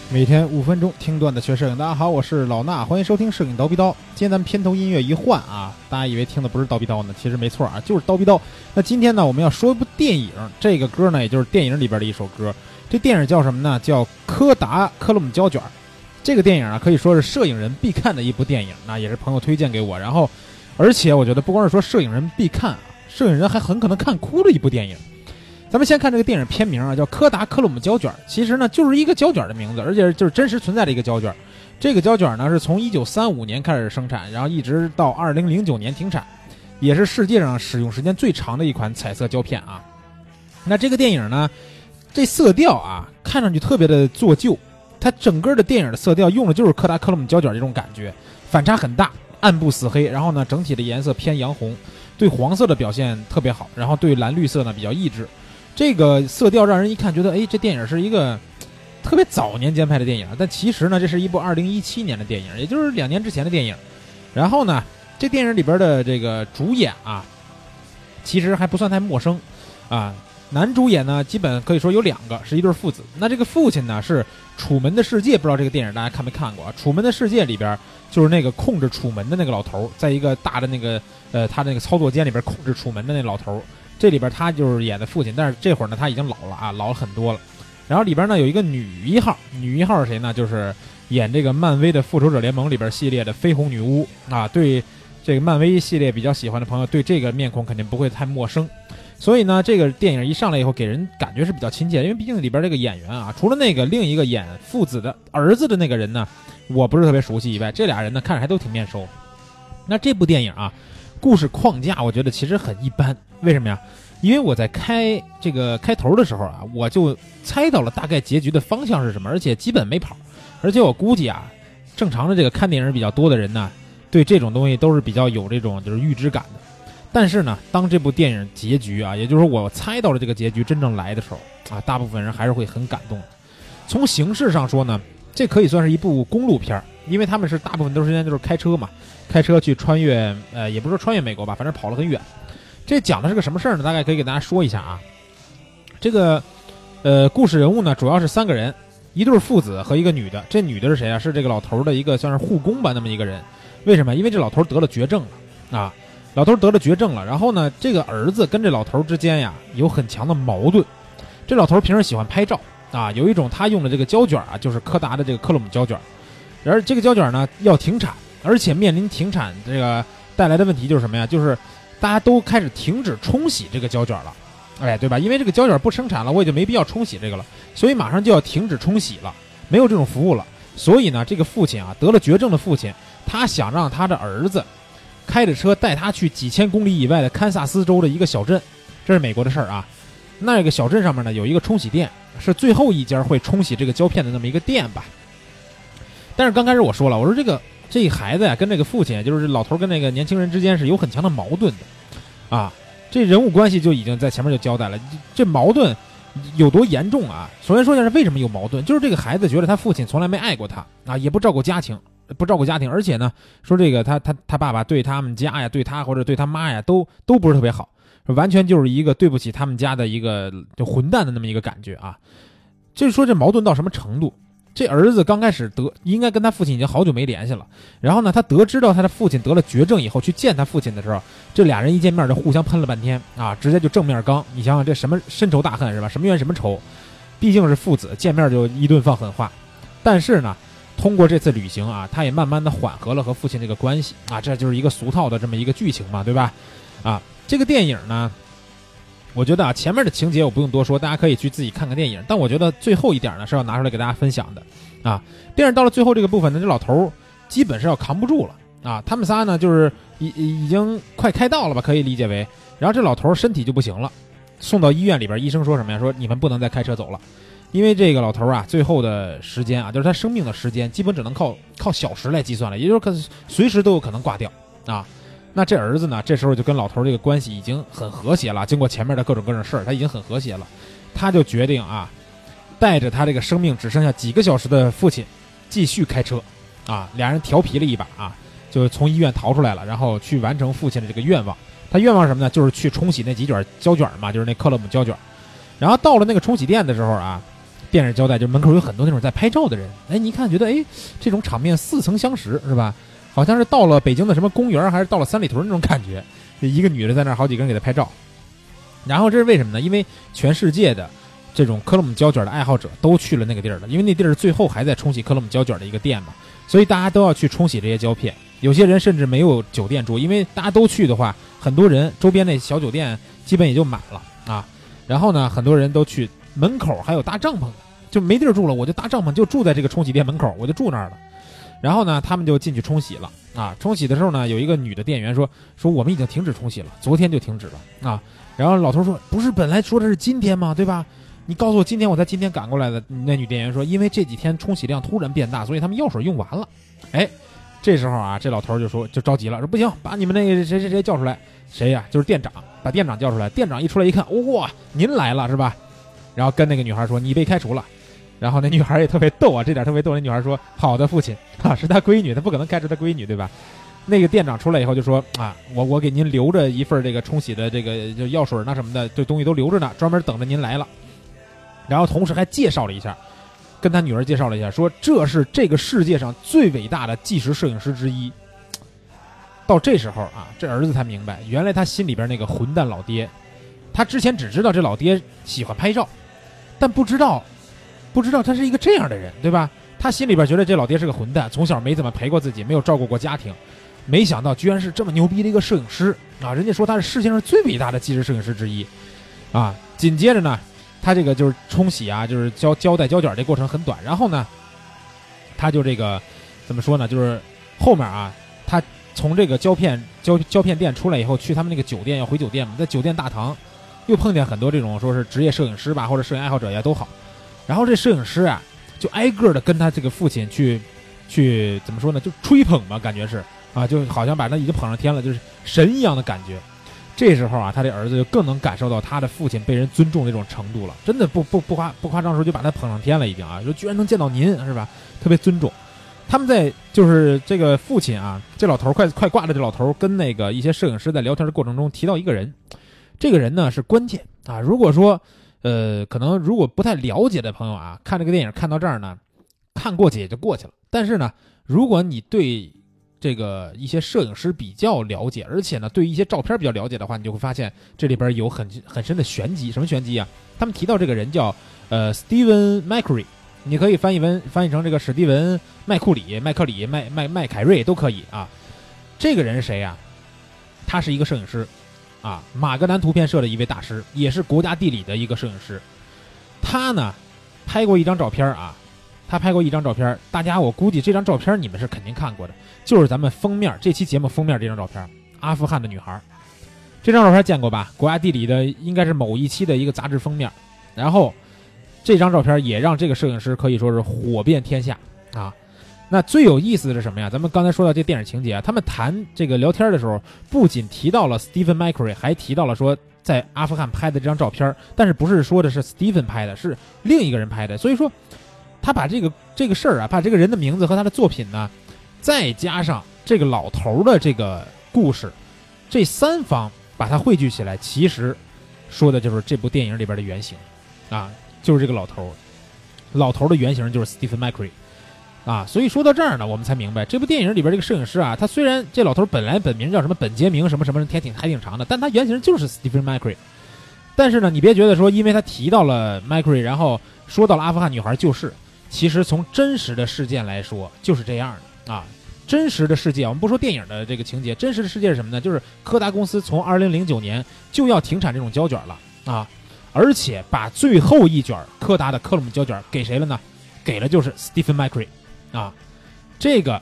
每天5分钟听段子学摄影，大家好，我是老衲，欢迎收听摄影刀逼刀。今天咱们片头音乐一换啊，大家以为听的不是刀逼刀呢，其实没错啊，就是刀逼刀。那今天呢，我们要说一部电影，这个歌呢，也就是电影里边的一首歌。这电影叫什么呢？叫《柯达克鲁姆胶卷》。这个电影啊，可以说是摄影人必看的一部电影，那也是朋友推荐给我。然后，而且我觉得不光是说摄影人必看啊，摄影人还很可能看哭的一部电影。咱们先看这个电影片名啊，叫《柯达克鲁姆胶卷》。其实呢，就是一个胶卷的名字，而且就是真实存在的一个胶卷。这个胶卷呢，是从1935年开始生产，然后一直到2009年停产，也是世界上使用时间最长的一款彩色胶片啊。那这个电影呢，这色调啊，看上去特别的做旧，它整个的电影的色调用的就是柯达克鲁姆胶卷这种感觉，反差很大，暗部死黑，然后呢，整体的颜色偏洋红，对黄色的表现特别好，然后对蓝绿色呢比较抑制。这个色调让人一看觉得，哎，这电影是一个特别早年间拍的电影，但其实呢，这是一部2017年的电影，也就是2年之前的电影。然后呢，这电影里边的这个主演啊，其实还不算太陌生啊。男主演呢，基本可以说有2个，是一对父子。那这个父亲呢，是《楚门的世界》，不知道这个电影大家看没看过啊？《楚门的世界》里边就是那个控制楚门的那个老头，在一个大的那个他那个操作间里边控制楚门的那老头。这里边他就是演的父亲，但是这会儿呢他已经老了啊，老了很多了。然后里边呢有一个女一号是谁呢？就是演这个漫威的复仇者联盟里边系列的绯红女巫啊。对这个漫威系列比较喜欢的朋友，对这个面孔肯定不会太陌生。所以呢，这个电影一上来以后给人感觉是比较亲切，因为毕竟里边这个演员啊，除了那个另一个演父子的儿子的那个人呢，我不是特别熟悉以外，这俩人呢看着还都挺面熟。那这部电影啊，故事框架我觉得其实很一般，为什么呀？因为我在开头的时候啊，我就猜到了大概结局的方向是什么，而且基本没跑。而且我估计啊，正常的这个看电影比较多的人呢，对这种东西都是比较有这种就是预知感的。但是呢，当这部电影结局啊，也就是说我猜到了这个结局真正来的时候啊，大部分人还是会很感动。从形式上说呢，这可以算是一部公路片，因为他们是大部分都是时间就是开车嘛，开车去穿越也不是说穿越美国吧，反正跑了很远。这讲的是个什么事儿呢？大概可以给大家说一下啊。这个故事人物呢，主要是3个人，一对父子和一个女的。这女的是谁啊？是这个老头的一个算是护工吧，那么一个人。为什么？因为这老头得了绝症了啊。老头得了绝症了，然后呢，这个儿子跟这老头之间呀有很强的矛盾。这老头平时喜欢拍照啊，有一种他用的这个胶卷啊，就是柯达的这个克鲁姆胶卷。而这个胶卷呢要停产，而且面临停产这个带来的问题就是什么呀？就是大家都开始停止冲洗这个胶卷了，哎，对吧？因为这个胶卷不生产了，我也就没必要冲洗这个了，所以马上就要停止冲洗了，没有这种服务了。所以呢，这个父亲啊，得了绝症的父亲，他想让他的儿子开着车带他去几千公里以外的堪萨斯州的一个小镇，这是美国的事儿啊。那个小镇上面呢有一个冲洗店，是最后一家会冲洗这个胶片的那么一个店吧。但是刚开始我说了，我说这孩子呀跟这个父亲，就是老头跟那个年轻人之间是有很强的矛盾的啊。这人物关系就已经在前面就交代了，这矛盾有多严重啊。首先说一下是为什么有矛盾，就是这个孩子觉得他父亲从来没爱过他啊，也不照顾家庭，而且呢，说这个他爸爸对他们家呀，对他或者对他妈呀，都不是特别好，完全就是一个对不起他们家的一个就混蛋的那么一个感觉啊。就是说这矛盾到什么程度？这儿子刚开始应该跟他父亲已经好久没联系了，然后呢，他得知到他的父亲得了绝症以后，去见他父亲的时候，这俩人一见面就互相喷了半天啊，直接就正面刚。你想想这什么深仇大恨是吧？什么冤什么仇？毕竟是父子，见面就一顿放狠话。但是呢，通过这次旅行啊，他也慢慢的缓和了和父亲这个关系啊，这就是一个俗套的这么一个剧情嘛，对吧？啊，这个电影呢，我觉得啊，前面的情节我不用多说，大家可以去自己看看电影。但我觉得最后一点呢是要拿出来给大家分享的啊。电影到了最后这个部分呢，这老头基本是要扛不住了啊。他们仨呢就是已经快开道了吧，可以理解为。然后这老头身体就不行了，送到医院里边，医生说什么呀？说你们不能再开车走了，因为这个老头啊，最后的时间啊，就是他生命的时间，基本只能靠小时来计算了，也就是随时都有可能挂掉啊。那这儿子呢，这时候就跟老头这个关系已经很和谐了，经过前面的各种事儿，他已经很和谐了。他就决定啊，带着他这个生命只剩下几个小时的父亲继续开车啊。俩人调皮了一把啊，就从医院逃出来了，然后去完成父亲的这个愿望。他愿望是什么呢？就是去冲洗那几卷胶卷嘛，就是那克鲁姆胶卷。然后到了那个冲洗店的时候啊， 电影交代，就门口有很多那种在拍照的人。哎，你一看觉得，哎，这种场面似曾相识，是吧？好像是到了北京的什么公园，还是到了三里屯那种感觉。一个女的在那儿，好几个人给她拍照。然后这是为什么呢？因为全世界的这种科勒姆胶卷的爱好者都去了那个地儿了，因为那地儿最后还在冲洗科勒姆胶卷的一个店嘛，所以大家都要去冲洗这些胶片。有些人甚至没有酒店住，因为大家都去的话，很多人周边那小酒店基本也就满了啊。然后呢，很多人都去门口还有搭帐篷的，就没地儿住了，我就搭帐篷，就住在这个冲洗店门口，我就住那儿了。然后呢，他们就进去冲洗了啊。冲洗的时候呢，有一个女的店员说我们已经停止冲洗了，昨天就停止了啊。然后老头说不是本来说的是今天吗？对吧？你告诉我今天我才今天赶过来的。那女店员说因为这几天冲洗量突然变大，所以他们药水用完了。哎，这时候啊，这老头就着急了，说不行，把你们那个谁叫出来。谁呀？就是店长，把店长叫出来。店长一出来一看，哇，您来了是吧？然后跟那个女孩说你被开除了。然后那女孩也特别逗啊，这点特别逗。那女孩说好的父亲啊，是他闺女，他不可能开除他闺女对吧？那个店长出来以后就说啊，我给您留着一份这个冲洗的这个就药水那什么的，这东西都留着呢，专门等着您来了。然后同时还介绍了一下，跟他女儿介绍了一下，说这是这个世界上最伟大的纪实摄影师之一。到这时候啊，这儿子才明白，原来他心里边那个混蛋老爹，他之前只知道这老爹喜欢拍照，但不知道他是一个这样的人，对吧？他心里边觉得这老爹是个混蛋，从小没怎么陪过自己，没有照顾过家庭，没想到居然是这么牛逼的一个摄影师啊！人家说他是世界上最伟大的纪实摄影师之一啊。紧接着呢，他这个就是冲洗啊，就是胶带胶卷这过程很短，然后呢，他就这个怎么说呢？就是后面啊，他从这个胶片店出来以后，去他们那个酒店要回酒店嘛，在酒店大堂又碰见很多这种说是职业摄影师吧，或者摄影爱好者呀都好。然后这摄影师啊，就挨个的跟他这个父亲去怎么说呢？就吹捧嘛，感觉是啊，就好像把他已经捧上天了，就是神一样的感觉。这时候啊，他这儿子就更能感受到他的父亲被人尊重的这种程度了，真的不夸张说，就把他捧上天了已经啊，说居然能见到您是吧？特别尊重。他们在就是这个父亲啊，这老头快挂的这老头跟那个一些摄影师在聊天的过程中提到一个人，这个人呢是关键啊。如果说可能如果不太了解的朋友啊，看这个电影看到这儿呢，看过去也就过去了。但是呢，如果你对这个一些摄影师比较了解，而且呢对一些照片比较了解的话，你就会发现这里边有很深的玄机。什么玄机啊？他们提到这个人叫Stephen McCurry， 你可以翻译成这个史蒂文麦库里、麦克里、麦凯瑞都可以啊。这个人是谁啊？他是一个摄影师啊，马格南图片社的一位大师，也是国家地理的一个摄影师。他呢拍过一张照片啊，大家我估计这张照片你们是肯定看过的，就是咱们封面这期节目封面这张照片，阿富汗的女孩。这张照片见过吧？国家地理的应该是某一期的一个杂志封面。然后这张照片也让这个摄影师可以说是火遍天下啊。那最有意思的是什么呀？咱们刚才说到这电影情节啊，他们谈这个聊天的时候，不仅提到了 Stephen McCurry， 还提到了说在阿富汗拍的这张照片，但是不是说的是 Stephen 拍的，是另一个人拍的。所以说他把这个事儿啊，把这个人的名字和他的作品呢，再加上这个老头的这个故事，这三方把它汇聚起来，其实说的就是这部电影里边的原型啊，就是这个老头的原型就是 Stephen McCurry啊。所以说到这儿呢，我们才明白这部电影里边这个摄影师啊，他虽然这老头本来本名叫什么本杰明什么什么还挺长的，但他原型就是 Stephen McCurry。但是呢，你别觉得说因为他提到了 McCurry， 然后说到了阿富汗女孩，就是其实从真实的事件来说就是这样的啊。真实的世界，我们不说电影的这个情节，真实的世界是什么呢？就是柯达公司从2009年就要停产这种胶卷了啊，而且把最后一卷柯达的科勒姆胶卷给谁了呢？给了就是 Stephen McCurry啊。这个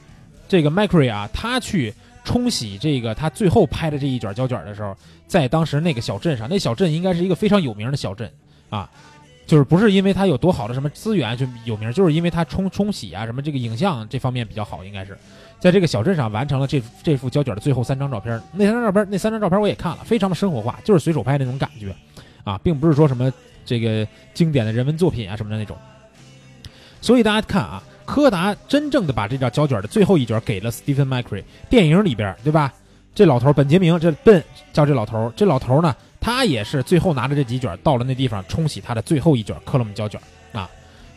McCurry 啊，他去冲洗这个他最后拍的这一卷胶卷的时候，在当时那个小镇上，那小镇应该是一个非常有名的小镇啊。就是不是因为他有多好的什么资源就有名，就是因为他冲洗啊什么这个影像这方面比较好，应该是在这个小镇上完成了这幅胶卷的最后3张照片。那三张照片我也看了，非常的生活化，就是随手拍那种感觉啊，并不是说什么这个经典的人文作品啊什么的那种。所以大家看啊，柯达真正的把这张胶卷的最后一卷给了 Stephen McCurry。电影里边对吧？这老头本杰明，这笨叫这老头呢，他也是最后拿着这几卷到了那地方冲洗他的最后一卷科勒姆胶卷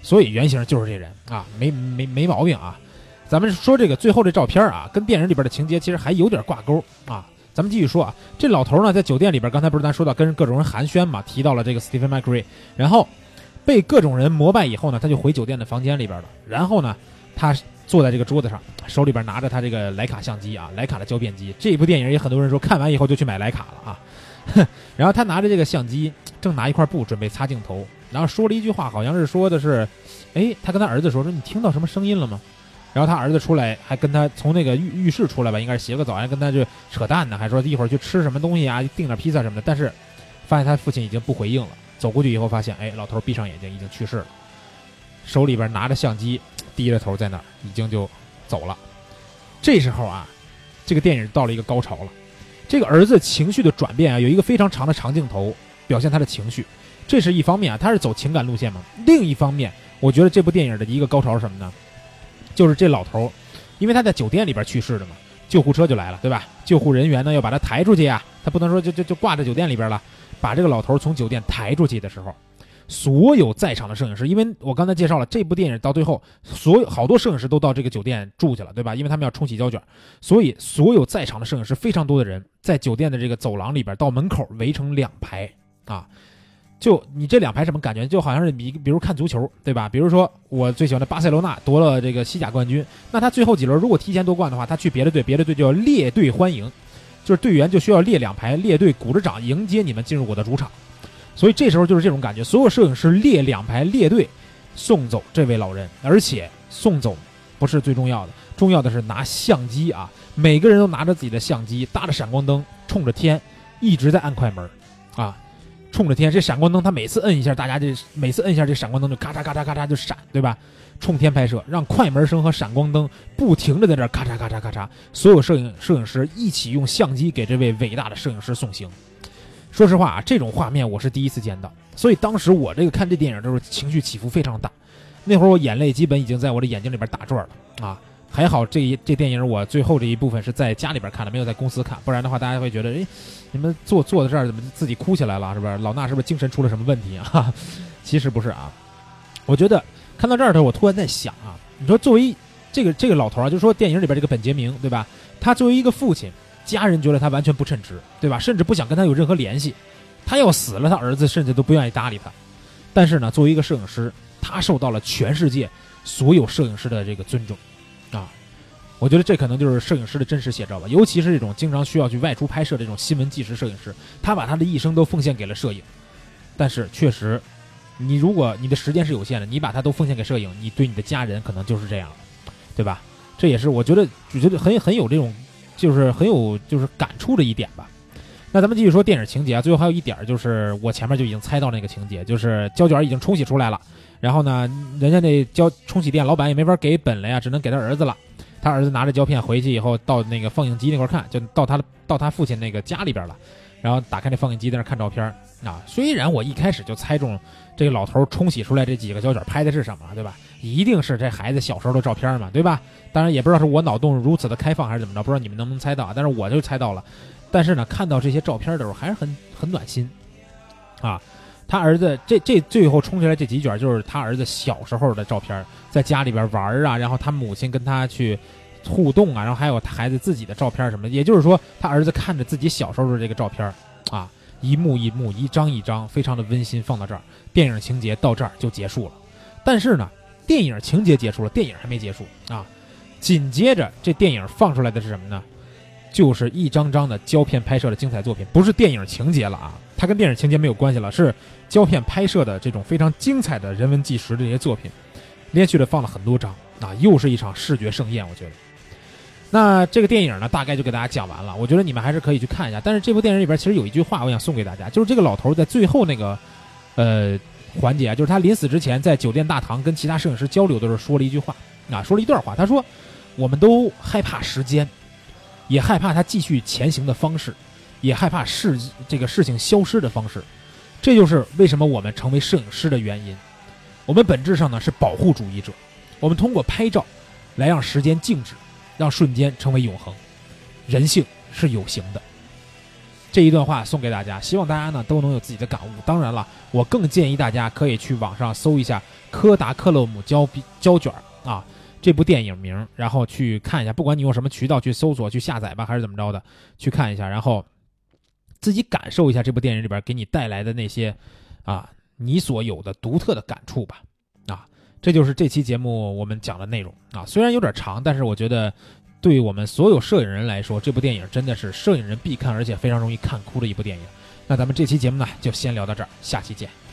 所以原型就是这人啊，没毛病啊。咱们说这个最后这照片啊，跟电影里边的情节其实还有点挂钩啊。咱们继续说啊，这老头呢在酒店里边，刚才不是咱说到跟各种人寒暄嘛，提到了这个 Stephen McCurry， 然后被各种人膜拜以后呢，他就回酒店的房间里边了。然后呢，他坐在这个桌子上，手里边拿着他这个徕卡相机啊，徕卡的胶片机。这部电影也很多人说看完以后就去买徕卡了啊。然后他拿着这个相机，正拿一块布准备擦镜头，然后说了一句话，好像是说的是，他跟他儿子说你听到什么声音了吗？然后他儿子出来，还跟他从那个浴室出来吧，应该是洗了个澡，还跟他就扯淡呢，还说一会儿去吃什么东西啊，订点披萨什么的。但是发现他父亲已经不回应了，走过去以后发现，老头闭上眼睛已经去世了，手里边拿着相机，低着头在那儿，已经就走了。这时候啊，这个电影到了一个高潮了。这个儿子情绪的转变啊，有一个非常长的长镜头表现他的情绪，这是一方面啊，他是走情感路线嘛。另一方面，我觉得这部电影的一个高潮是什么呢？就是这老头，因为他在酒店里边去世的嘛，救护车就来了，对吧？救护人员呢要把他抬出去呀，他不能说就挂在酒店里边了。把这个老头从酒店抬出去的时候，所有在场的摄影师，因为我刚才介绍了这部电影到最后，好多摄影师都到这个酒店住去了，对吧？因为他们要冲洗胶卷，所以所有在场的摄影师，非常多的人在酒店的这个走廊里边到门口围成两排啊。就你这两排什么感觉？就好像是比如看足球，对吧？比如说我最喜欢的巴塞罗那夺了这个西甲冠军，那他最后几轮如果提前夺冠的话，他去别的队就要列队欢迎，就是队员就需要列两排，列队鼓着掌迎接你们进入我的主场。所以这时候就是这种感觉，所有摄影师列两排列队送走这位老人，而且送走不是最重要的，重要的是拿相机啊，每个人都拿着自己的相机，搭着闪光灯，冲着天一直在按快门啊。冲着天，这闪光灯，他每次摁一下，每次摁一下，这闪光灯就咔嚓咔嚓咔嚓就闪，对吧？冲天拍摄，让快门声和闪光灯不停的在这咔嚓咔嚓咔嚓，所有摄影师一起用相机给这位伟大的摄影师送行。说实话啊，这种画面我是第一次见到，所以当时我看这电影的时候情绪起伏非常大，那会儿我眼泪基本已经在我的眼睛里边打转了啊。还好这电影我最后这一部分是在家里边看的，没有在公司看，不然的话大家会觉得，你们坐在这儿怎么自己哭起来了，是不是？老衲是不是精神出了什么问题啊？其实不是啊，我觉得看到这儿的时候，我突然在想啊，你说作为这个老头啊，就是说电影里边这个本杰明，对吧？他作为一个父亲，家人觉得他完全不称职，对吧？甚至不想跟他有任何联系，他要死了，他儿子甚至都不愿意搭理他。但是呢，作为一个摄影师，他受到了全世界所有摄影师的这个尊重。啊，我觉得这可能就是摄影师的真实写照吧，尤其是这种经常需要去外出拍摄这种新闻纪实摄影师，他把他的一生都奉献给了摄影。但是确实，如果你的时间是有限的，你把它都奉献给摄影，你对你的家人可能就是这样，对吧？这也是我觉得很有这种，就是很有就是感触的一点吧。那咱们继续说电影情节啊，最后还有一点就是我前面就已经猜到那个情节，就是胶卷已经冲洗出来了。然后呢，人家那冲洗店老板也没法给本了呀，只能给他儿子了。他儿子拿着胶片回去以后，到那个放映机那块看，就到他父亲那个家里边了。然后打开那放映机在那看照片啊。虽然我一开始就猜中这个老头冲洗出来这几个胶卷拍的是什么，对吧？一定是这孩子小时候的照片嘛，对吧？当然也不知道是我脑洞如此的开放还是怎么着，不知道你们能不能猜到啊？但是我就猜到了。但是呢，看到这些照片的时候还是很暖心啊。他儿子这最后冲出来这几卷就是他儿子小时候的照片，在家里边玩啊，然后他母亲跟他去互动啊，然后还有他孩子自己的照片什么的。也就是说，他儿子看着自己小时候的这个照片啊，一幕一幕，一张一张，非常的温馨，放到这儿，电影情节到这儿就结束了。但是呢，电影情节结束了，电影还没结束啊。紧接着这电影放出来的是什么呢？就是一张张的胶片拍摄的精彩作品，不是电影情节了啊，它跟电影情节没有关系了，是胶片拍摄的这种非常精彩的人文纪实的这些作品，连续的放了很多张啊，又是一场视觉盛宴，我觉得。那这个电影呢，大概就给大家讲完了，我觉得你们还是可以去看一下。但是这部电影里边其实有一句话，我想送给大家，就是这个老头在最后那个环节，就是他临死之前在酒店大堂跟其他摄影师交流的时候说了一句话啊，说了一段话，他说：“我们都害怕时间。”也害怕他继续前行的方式，也害怕这个事情消失的方式，这就是为什么我们成为摄影师的原因。我们本质上呢是保护主义者，我们通过拍照来让时间静止，让瞬间成为永恒。人性是有形的。 这一段话送给大家，希望大家呢都能有自己的感悟。当然了，我更建议大家可以去网上搜一下柯达克勒姆胶卷啊这部电影名，然后去看一下，不管你用什么渠道去搜索去下载吧，还是怎么着的，去看一下，然后自己感受一下这部电影里边给你带来的那些你所有的独特的感触吧。这就是这期节目我们讲的内容虽然有点长，但是我觉得对我们所有摄影人来说，这部电影真的是摄影人必看，而且非常容易看哭的一部电影。那咱们这期节目呢就先聊到这儿，下期见。